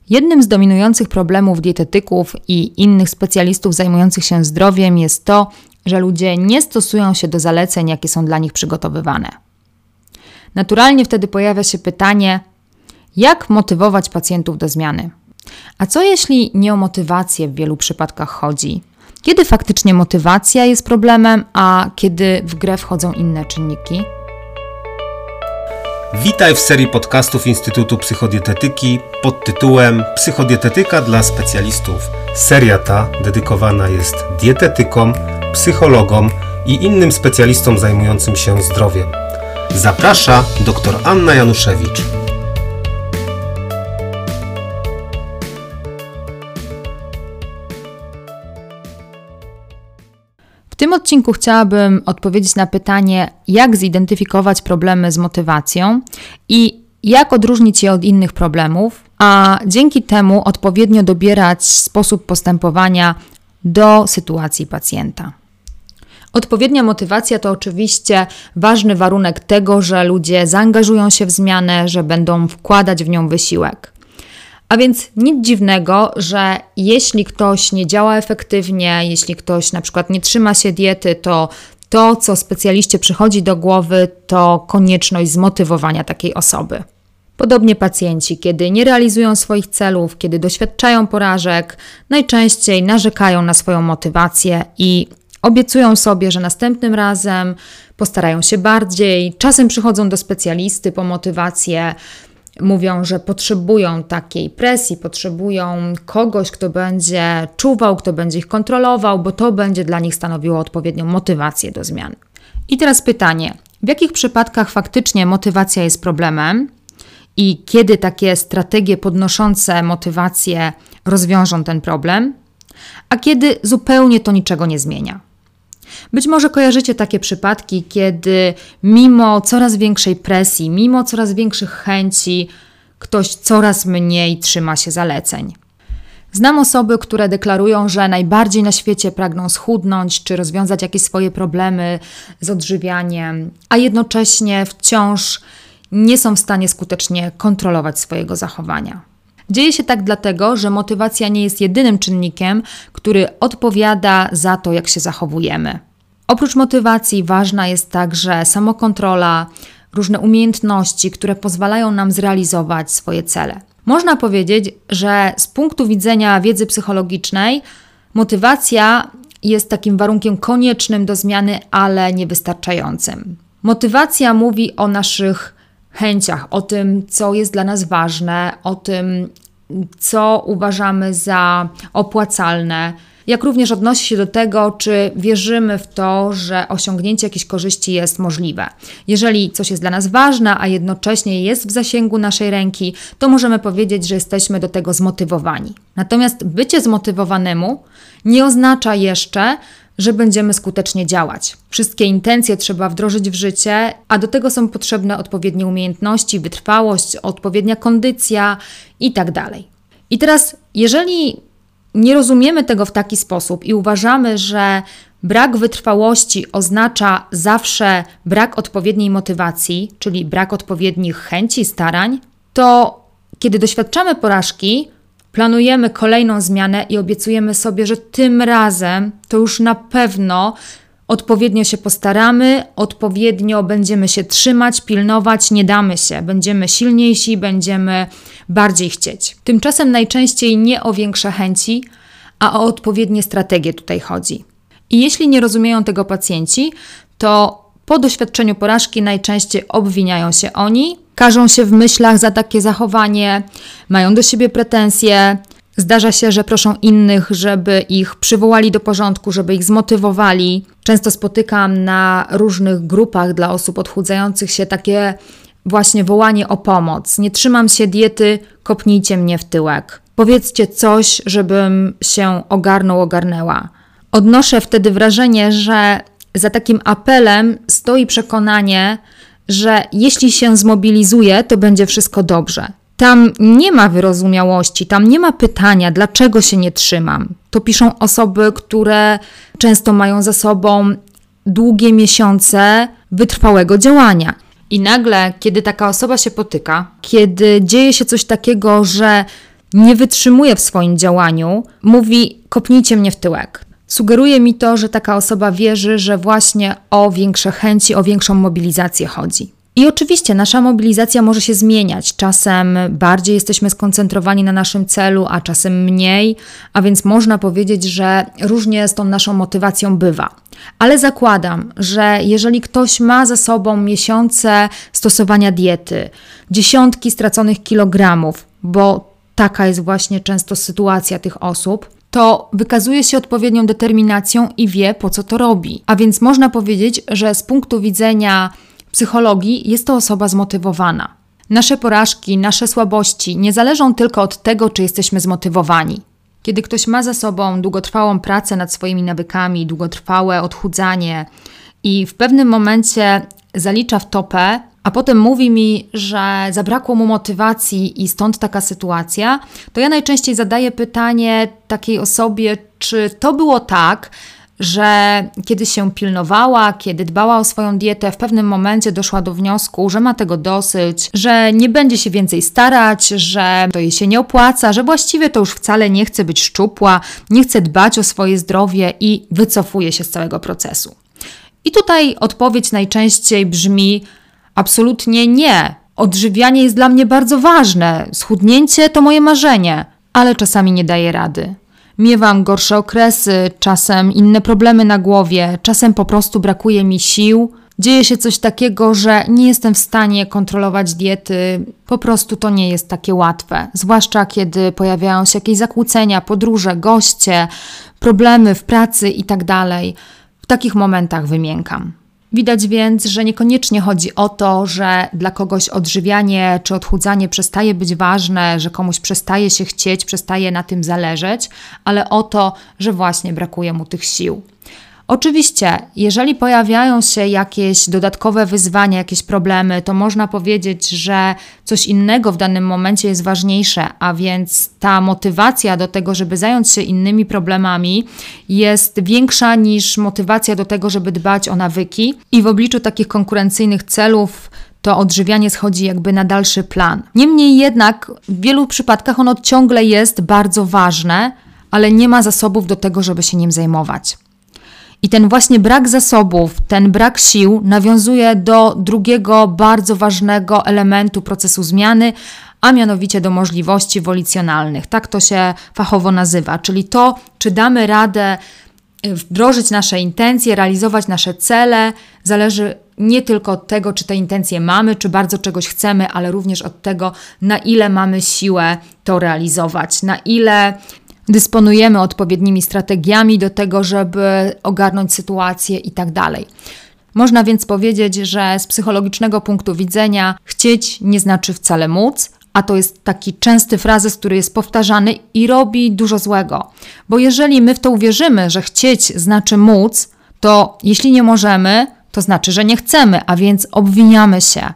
Jednym z dominujących problemów dietetyków i innych specjalistów zajmujących się zdrowiem jest to, że ludzie nie stosują się do zaleceń, jakie są dla nich przygotowywane. Naturalnie wtedy pojawia się pytanie, jak motywować pacjentów do zmiany? A co jeśli nie o motywację w wielu przypadkach chodzi? Kiedy faktycznie motywacja jest problemem, a kiedy w grę wchodzą inne czynniki? Witaj w serii podcastów Instytutu Psychodietetyki pod tytułem Psychodietetyka dla specjalistów. Seria ta dedykowana jest dietetykom, psychologom i innym specjalistom zajmującym się zdrowiem. Zaprasza dr Anna Januszewicz. W tym odcinku chciałabym odpowiedzieć na pytanie, jak zidentyfikować problemy z motywacją i jak odróżnić je od innych problemów, a dzięki temu odpowiednio dobierać sposób postępowania do sytuacji pacjenta. Odpowiednia motywacja to oczywiście ważny warunek tego, że ludzie zaangażują się w zmianę, że będą wkładać w nią wysiłek. A więc nic dziwnego, że jeśli ktoś nie działa efektywnie, jeśli ktoś na przykład nie trzyma się diety, to, co specjaliście przychodzi do głowy, to konieczność zmotywowania takiej osoby. Podobnie pacjenci, kiedy nie realizują swoich celów, kiedy doświadczają porażek, najczęściej narzekają na swoją motywację i obiecują sobie, że następnym razem postarają się bardziej, czasem przychodzą do specjalisty po motywację, mówią, że potrzebują takiej presji, potrzebują kogoś, kto będzie czuwał, kto będzie ich kontrolował, bo to będzie dla nich stanowiło odpowiednią motywację do zmian. I teraz pytanie, w jakich przypadkach faktycznie motywacja jest problemem i kiedy takie strategie podnoszące motywację rozwiążą ten problem, a kiedy zupełnie to niczego nie zmienia? Być może kojarzycie takie przypadki, kiedy mimo coraz większej presji, mimo coraz większych chęci, ktoś coraz mniej trzyma się zaleceń. Znam osoby, które deklarują, że najbardziej na świecie pragną schudnąć czy rozwiązać jakieś swoje problemy z odżywianiem, a jednocześnie wciąż nie są w stanie skutecznie kontrolować swojego zachowania. Dzieje się tak dlatego, że motywacja nie jest jedynym czynnikiem, który odpowiada za to, jak się zachowujemy. Oprócz motywacji ważna jest także samokontrola, różne umiejętności, które pozwalają nam zrealizować swoje cele. Można powiedzieć, że z punktu widzenia wiedzy psychologicznej motywacja jest takim warunkiem koniecznym do zmiany, ale niewystarczającym. Motywacja mówi o naszych chęciach, o tym, co jest dla nas ważne, o tym, co uważamy za opłacalne, jak również odnosi się do tego, czy wierzymy w to, że osiągnięcie jakiejś korzyści jest możliwe. Jeżeli coś jest dla nas ważne, a jednocześnie jest w zasięgu naszej ręki, to możemy powiedzieć, że jesteśmy do tego zmotywowani. Natomiast bycie zmotywowanemu nie oznacza jeszcze, że będziemy skutecznie działać. Wszystkie intencje trzeba wdrożyć w życie, a do tego są potrzebne odpowiednie umiejętności, wytrwałość, odpowiednia kondycja itd. I teraz, jeżeli nie rozumiemy tego w taki sposób i uważamy, że brak wytrwałości oznacza zawsze brak odpowiedniej motywacji, czyli brak odpowiednich chęci, starań, to kiedy doświadczamy porażki, planujemy kolejną zmianę i obiecujemy sobie, że tym razem to już na pewno odpowiednio się postaramy, odpowiednio będziemy się trzymać, pilnować, nie damy się, będziemy silniejsi, będziemy bardziej chcieć. Tymczasem najczęściej nie o większe chęci, a o odpowiednie strategie tutaj chodzi. I jeśli nie rozumieją tego pacjenci, to po doświadczeniu porażki najczęściej obwiniają się oni, karzą się w myślach za takie zachowanie, mają do siebie pretensje. Zdarza się, że proszą innych, żeby ich przywołali do porządku, żeby ich zmotywowali. Często spotykam na różnych grupach dla osób odchudzających się takie właśnie wołanie o pomoc. Nie trzymam się diety, kopnijcie mnie w tyłek. Powiedzcie coś, żebym się ogarnęła. Odnoszę wtedy wrażenie, że za takim apelem stoi przekonanie, że jeśli się zmobilizuję, to będzie wszystko dobrze. Tam nie ma wyrozumiałości, tam nie ma pytania, dlaczego się nie trzymam. To piszą osoby, które często mają za sobą długie miesiące wytrwałego działania. I nagle, kiedy taka osoba się potyka, kiedy dzieje się coś takiego, że nie wytrzymuje w swoim działaniu, mówi: kopnijcie mnie w tyłek. Sugeruje mi to, że taka osoba wierzy, że właśnie o większe chęci, o większą mobilizację chodzi. I oczywiście nasza mobilizacja może się zmieniać. Czasem bardziej jesteśmy skoncentrowani na naszym celu, a czasem mniej, a więc można powiedzieć, że różnie z tą naszą motywacją bywa. Ale zakładam, że jeżeli ktoś ma za sobą miesiące stosowania diety, dziesiątki straconych kilogramów, bo taka jest właśnie często sytuacja tych osób, to wykazuje się odpowiednią determinacją i wie, po co to robi. A więc można powiedzieć, że z punktu widzenia psychologii jest to osoba zmotywowana. Nasze porażki, nasze słabości nie zależą tylko od tego, czy jesteśmy zmotywowani. Kiedy ktoś ma za sobą długotrwałą pracę nad swoimi nawykami, długotrwałe odchudzanie i w pewnym momencie zalicza w topę, a potem mówi mi, że zabrakło mu motywacji i stąd taka sytuacja, to ja najczęściej zadaję pytanie takiej osobie, czy to było tak, że kiedy się pilnowała, kiedy dbała o swoją dietę, w pewnym momencie doszła do wniosku, że ma tego dosyć, że nie będzie się więcej starać, że to jej się nie opłaca, że właściwie to już wcale nie chce być szczupła, nie chce dbać o swoje zdrowie i wycofuje się z całego procesu. I tutaj odpowiedź najczęściej brzmi: absolutnie nie. Odżywianie jest dla mnie bardzo ważne, schudnięcie to moje marzenie, ale czasami nie daję rady. Miewam gorsze okresy, czasem inne problemy na głowie, czasem po prostu brakuje mi sił. Dzieje się coś takiego, że nie jestem w stanie kontrolować diety, po prostu to nie jest takie łatwe. Zwłaszcza kiedy pojawiają się jakieś zakłócenia, podróże, goście, problemy w pracy itd. W takich momentach wymiękam. Widać więc, że niekoniecznie chodzi o to, że dla kogoś odżywianie czy odchudzanie przestaje być ważne, że komuś przestaje się chcieć, przestaje na tym zależeć, ale o to, że właśnie brakuje mu tych sił. Oczywiście, jeżeli pojawiają się jakieś dodatkowe wyzwania, jakieś problemy, to można powiedzieć, że coś innego w danym momencie jest ważniejsze, a więc ta motywacja do tego, żeby zająć się innymi problemami jest większa niż motywacja do tego, żeby dbać o nawyki i w obliczu takich konkurencyjnych celów to odżywianie schodzi jakby na dalszy plan. Niemniej jednak w wielu przypadkach ono ciągle jest bardzo ważne, ale nie ma zasobów do tego, żeby się nim zajmować. I ten właśnie brak zasobów, ten brak sił nawiązuje do drugiego bardzo ważnego elementu procesu zmiany, a mianowicie do możliwości wolicjonalnych. Tak to się fachowo nazywa, czyli to, czy damy radę wdrożyć nasze intencje, realizować nasze cele, zależy nie tylko od tego, czy te intencje mamy, czy bardzo czegoś chcemy, ale również od tego, na ile mamy siłę to realizować, na ile dysponujemy odpowiednimi strategiami do tego, żeby ogarnąć sytuację i tak dalej. Można więc powiedzieć, że z psychologicznego punktu widzenia chcieć nie znaczy wcale móc, a to jest taki częsty frazes, który jest powtarzany i robi dużo złego. Bo jeżeli my w to uwierzymy, że chcieć znaczy móc, to jeśli nie możemy, to znaczy, że nie chcemy, a więc obwiniamy się.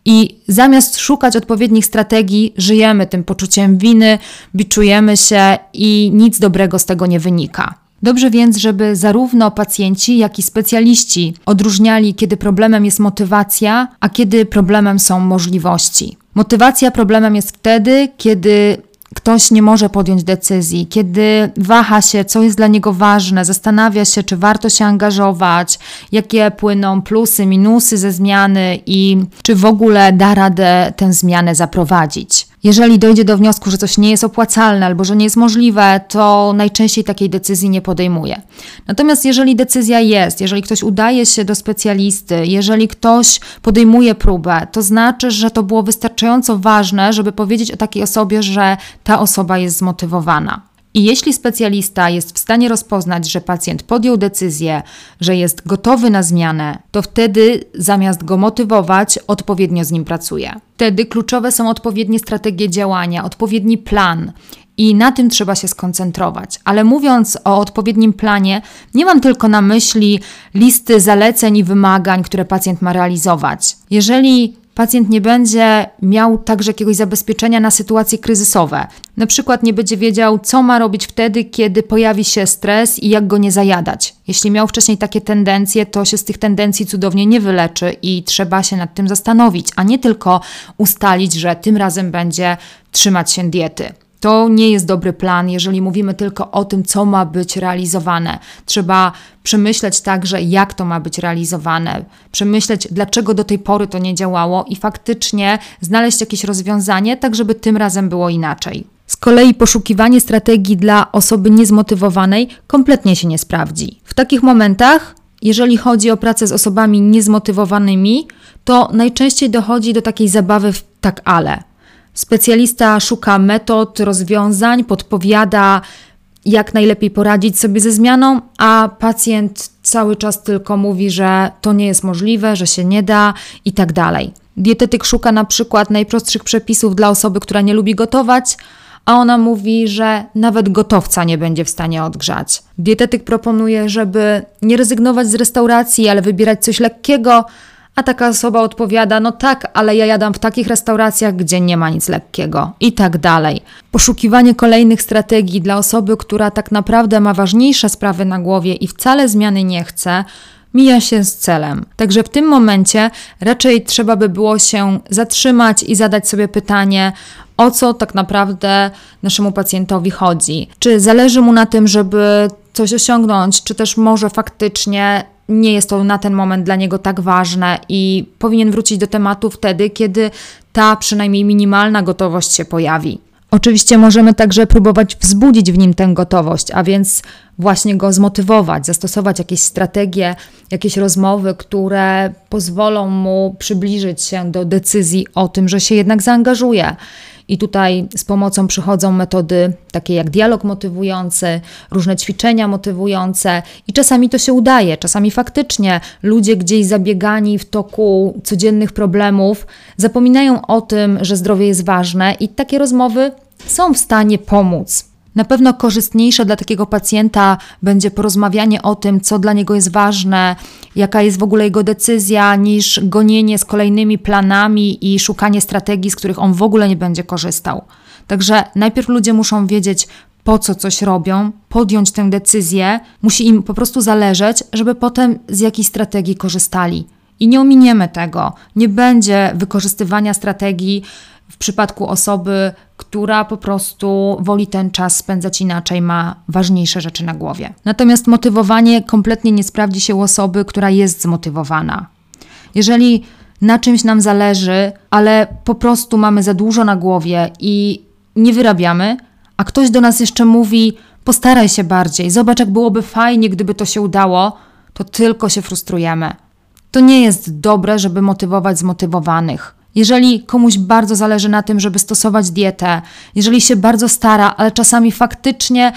I zamiast szukać odpowiednich strategii, żyjemy tym poczuciem winy, biczujemy się i nic dobrego z tego nie wynika. Dobrze więc, żeby zarówno pacjenci, jak i specjaliści odróżniali, kiedy problemem jest motywacja, a kiedy problemem są możliwości. Motywacja problemem jest wtedy, kiedy ktoś nie może podjąć decyzji, kiedy waha się, co jest dla niego ważne, zastanawia się, czy warto się angażować, jakie płyną plusy, minusy ze zmiany i czy w ogóle da radę tę zmianę zaprowadzić. Jeżeli dojdzie do wniosku, że coś nie jest opłacalne albo że nie jest możliwe, to najczęściej takiej decyzji nie podejmuje. Natomiast jeżeli decyzja jest, jeżeli ktoś udaje się do specjalisty, jeżeli ktoś podejmuje próbę, to znaczy, że to było wystarczająco ważne, żeby powiedzieć o takiej osobie, że ta osoba jest zmotywowana. I jeśli specjalista jest w stanie rozpoznać, że pacjent podjął decyzję, że jest gotowy na zmianę, to wtedy zamiast go motywować, odpowiednio z nim pracuje. Wtedy kluczowe są odpowiednie strategie działania, odpowiedni plan i na tym trzeba się skoncentrować. Ale mówiąc o odpowiednim planie, nie mam tylko na myśli listy zaleceń i wymagań, które pacjent ma realizować. Jeżeli pacjent nie będzie miał także jakiegoś zabezpieczenia na sytuacje kryzysowe. Na przykład nie będzie wiedział, co ma robić wtedy, kiedy pojawi się stres i jak go nie zajadać. Jeśli miał wcześniej takie tendencje, to się z tych tendencji cudownie nie wyleczy i trzeba się nad tym zastanowić, a nie tylko ustalić, że tym razem będzie trzymać się diety. To nie jest dobry plan, jeżeli mówimy tylko o tym, co ma być realizowane. Trzeba przemyśleć także, jak to ma być realizowane, przemyśleć, dlaczego do tej pory to nie działało i faktycznie znaleźć jakieś rozwiązanie, tak żeby tym razem było inaczej. Z kolei poszukiwanie strategii dla osoby niezmotywowanej kompletnie się nie sprawdzi. W takich momentach, jeżeli chodzi o pracę z osobami niezmotywowanymi, to najczęściej dochodzi do takiej zabawy w tak ale. Specjalista szuka metod, rozwiązań, podpowiada, jak najlepiej poradzić sobie ze zmianą, a pacjent cały czas tylko mówi, że to nie jest możliwe, że się nie da i tak dalej. Dietetyk szuka na przykład najprostszych przepisów dla osoby, która nie lubi gotować, a ona mówi, że nawet gotowca nie będzie w stanie odgrzać. Dietetyk proponuje, żeby nie rezygnować z restauracji, ale wybierać coś lekkiego, a taka osoba odpowiada, no tak, ale ja jadam w takich restauracjach, gdzie nie ma nic lekkiego i tak dalej. Poszukiwanie kolejnych strategii dla osoby, która tak naprawdę ma ważniejsze sprawy na głowie i wcale zmiany nie chce, mija się z celem. Także w tym momencie raczej trzeba by było się zatrzymać i zadać sobie pytanie, o co tak naprawdę naszemu pacjentowi chodzi. Czy zależy mu na tym, żeby coś osiągnąć, czy też może faktycznie nie jest to na ten moment dla niego tak ważne i powinien wrócić do tematu wtedy, kiedy ta przynajmniej minimalna gotowość się pojawi. Oczywiście możemy także próbować wzbudzić w nim tę gotowość, a więc właśnie go zmotywować, zastosować jakieś strategie, jakieś rozmowy, które pozwolą mu przybliżyć się do decyzji o tym, że się jednak zaangażuje. I tutaj z pomocą przychodzą metody takie jak dialog motywujący, różne ćwiczenia motywujące i czasami to się udaje, czasami faktycznie ludzie gdzieś zabiegani w toku codziennych problemów zapominają o tym, że zdrowie jest ważne i takie rozmowy są w stanie pomóc. Na pewno korzystniejsze dla takiego pacjenta będzie porozmawianie o tym, co dla niego jest ważne, jaka jest w ogóle jego decyzja, niż gonienie z kolejnymi planami i szukanie strategii, z których on w ogóle nie będzie korzystał. Także najpierw ludzie muszą wiedzieć, po co coś robią, podjąć tę decyzję, musi im po prostu zależeć, żeby potem z jakiejś strategii korzystali. I nie ominiemy tego. Nie będzie wykorzystywania strategii w przypadku osoby, która po prostu woli ten czas spędzać inaczej, ma ważniejsze rzeczy na głowie. Natomiast motywowanie kompletnie nie sprawdzi się u osoby, która jest zmotywowana. Jeżeli na czymś nam zależy, ale po prostu mamy za dużo na głowie i nie wyrabiamy, a ktoś do nas jeszcze mówi, postaraj się bardziej, zobacz jak byłoby fajnie, gdyby to się udało, to tylko się frustrujemy. To nie jest dobre, żeby motywować zmotywowanych. Jeżeli komuś bardzo zależy na tym, żeby stosować dietę, jeżeli się bardzo stara, ale czasami faktycznie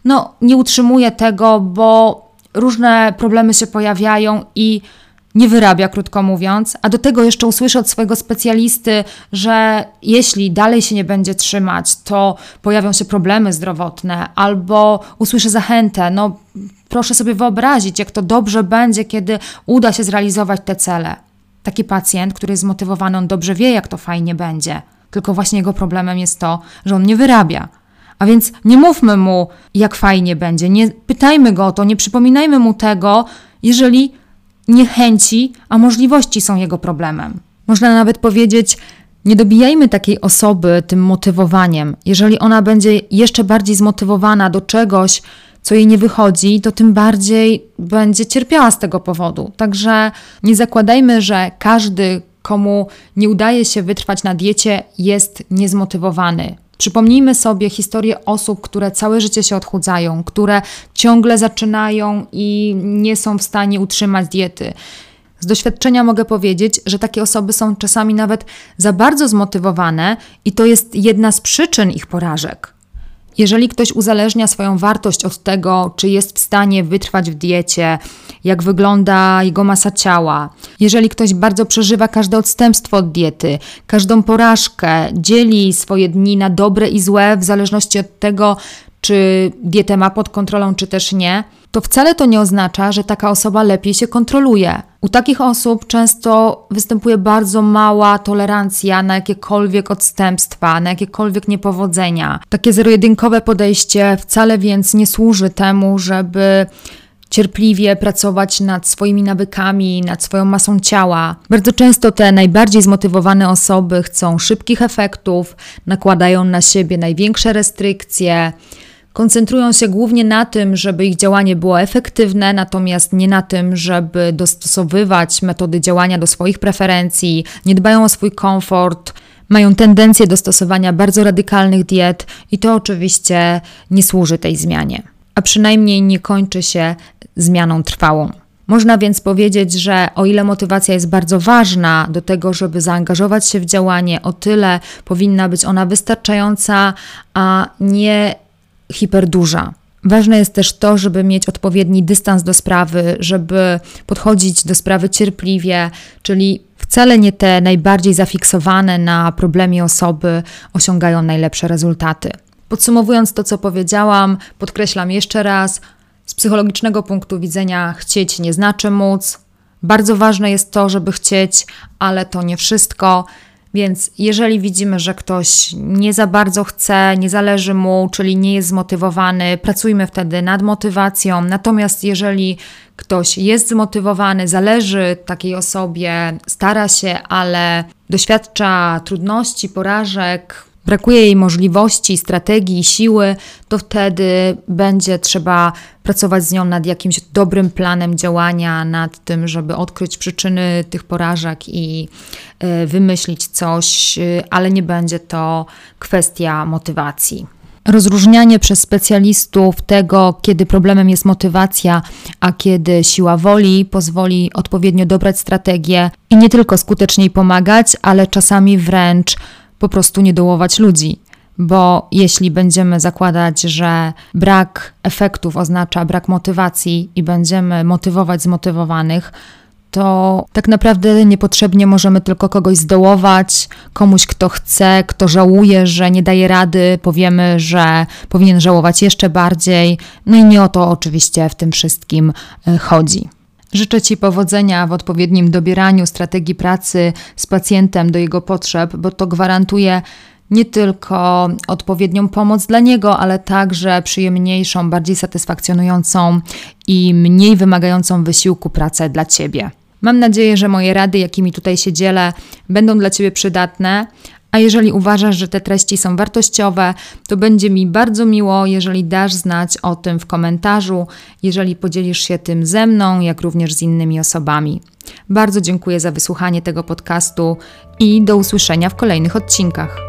nie utrzymuje tego, bo różne problemy się pojawiają i nie wyrabia, krótko mówiąc, a do tego jeszcze usłyszy od swojego specjalisty, że jeśli dalej się nie będzie trzymać, to pojawią się problemy zdrowotne, albo usłyszy zachętę, proszę sobie wyobrazić, jak to dobrze będzie, kiedy uda się zrealizować te cele. Taki pacjent, który jest zmotywowany, on dobrze wie, jak to fajnie będzie. Tylko właśnie jego problemem jest to, że on nie wyrabia. A więc nie mówmy mu, jak fajnie będzie. Nie pytajmy go o to, nie przypominajmy mu tego, jeżeli niechęci, a możliwości są jego problemem. Można nawet powiedzieć, nie dobijajmy takiej osoby tym motywowaniem. Jeżeli ona będzie jeszcze bardziej zmotywowana do czegoś, co jej nie wychodzi, to tym bardziej będzie cierpiała z tego powodu. Także nie zakładajmy, że każdy, komu nie udaje się wytrwać na diecie, jest niezmotywowany. Przypomnijmy sobie historię osób, które całe życie się odchudzają, które ciągle zaczynają i nie są w stanie utrzymać diety. Z doświadczenia mogę powiedzieć, że takie osoby są czasami nawet za bardzo zmotywowane i to jest jedna z przyczyn ich porażek. Jeżeli ktoś uzależnia swoją wartość od tego, czy jest w stanie wytrwać w diecie, jak wygląda jego masa ciała, jeżeli ktoś bardzo przeżywa każde odstępstwo od diety, każdą porażkę, dzieli swoje dni na dobre i złe w zależności od tego, czy dietę ma pod kontrolą, czy też nie, to wcale to nie oznacza, że taka osoba lepiej się kontroluje. U takich osób często występuje bardzo mała tolerancja na jakiekolwiek odstępstwa, na jakiekolwiek niepowodzenia. Takie zero-jedynkowe podejście wcale więc nie służy temu, żeby cierpliwie pracować nad swoimi nawykami, nad swoją masą ciała. Bardzo często te najbardziej zmotywowane osoby chcą szybkich efektów, nakładają na siebie największe restrykcje, koncentrują się głównie na tym, żeby ich działanie było efektywne, natomiast nie na tym, żeby dostosowywać metody działania do swoich preferencji, nie dbają o swój komfort, mają tendencję do stosowania bardzo radykalnych diet i to oczywiście nie służy tej zmianie, a przynajmniej nie kończy się zmianą trwałą. Można więc powiedzieć, że o ile motywacja jest bardzo ważna do tego, żeby zaangażować się w działanie, o tyle powinna być ona wystarczająca, a nie hiperduża. Ważne jest też to, żeby mieć odpowiedni dystans do sprawy, żeby podchodzić do sprawy cierpliwie, czyli wcale nie te najbardziej zafiksowane na problemie osoby osiągają najlepsze rezultaty. Podsumowując to, co powiedziałam, podkreślam jeszcze raz, z psychologicznego punktu widzenia chcieć nie znaczy móc. Bardzo ważne jest to, żeby chcieć, ale to nie wszystko. Więc jeżeli widzimy, że ktoś nie za bardzo chce, nie zależy mu, czyli nie jest zmotywowany, pracujmy wtedy nad motywacją. Natomiast jeżeli ktoś jest zmotywowany, zależy takiej osobie, stara się, ale doświadcza trudności, porażek, brakuje jej możliwości, strategii, siły, to wtedy będzie trzeba pracować z nią nad jakimś dobrym planem działania, nad tym, żeby odkryć przyczyny tych porażek i wymyślić coś, ale nie będzie to kwestia motywacji. Rozróżnianie przez specjalistów tego, kiedy problemem jest motywacja, a kiedy siła woli, pozwoli odpowiednio dobrać strategię i nie tylko skuteczniej pomagać, ale czasami wręcz po prostu nie dołować ludzi, bo jeśli będziemy zakładać, że brak efektów oznacza brak motywacji i będziemy motywować zmotywowanych, to tak naprawdę niepotrzebnie możemy tylko kogoś zdołować, komuś, kto chce, kto żałuje, że nie daje rady, powiemy, że powinien żałować jeszcze bardziej. No i nie o to oczywiście w tym wszystkim chodzi. Życzę Ci powodzenia w odpowiednim dobieraniu strategii pracy z pacjentem do jego potrzeb, bo to gwarantuje nie tylko odpowiednią pomoc dla niego, ale także przyjemniejszą, bardziej satysfakcjonującą i mniej wymagającą wysiłku pracę dla Ciebie. Mam nadzieję, że moje rady, jakimi tutaj się dzielę, będą dla Ciebie przydatne, a jeżeli uważasz, że te treści są wartościowe, to będzie mi bardzo miło, jeżeli dasz znać o tym w komentarzu, jeżeli podzielisz się tym ze mną, jak również z innymi osobami. Bardzo dziękuję za wysłuchanie tego podcastu i do usłyszenia w kolejnych odcinkach.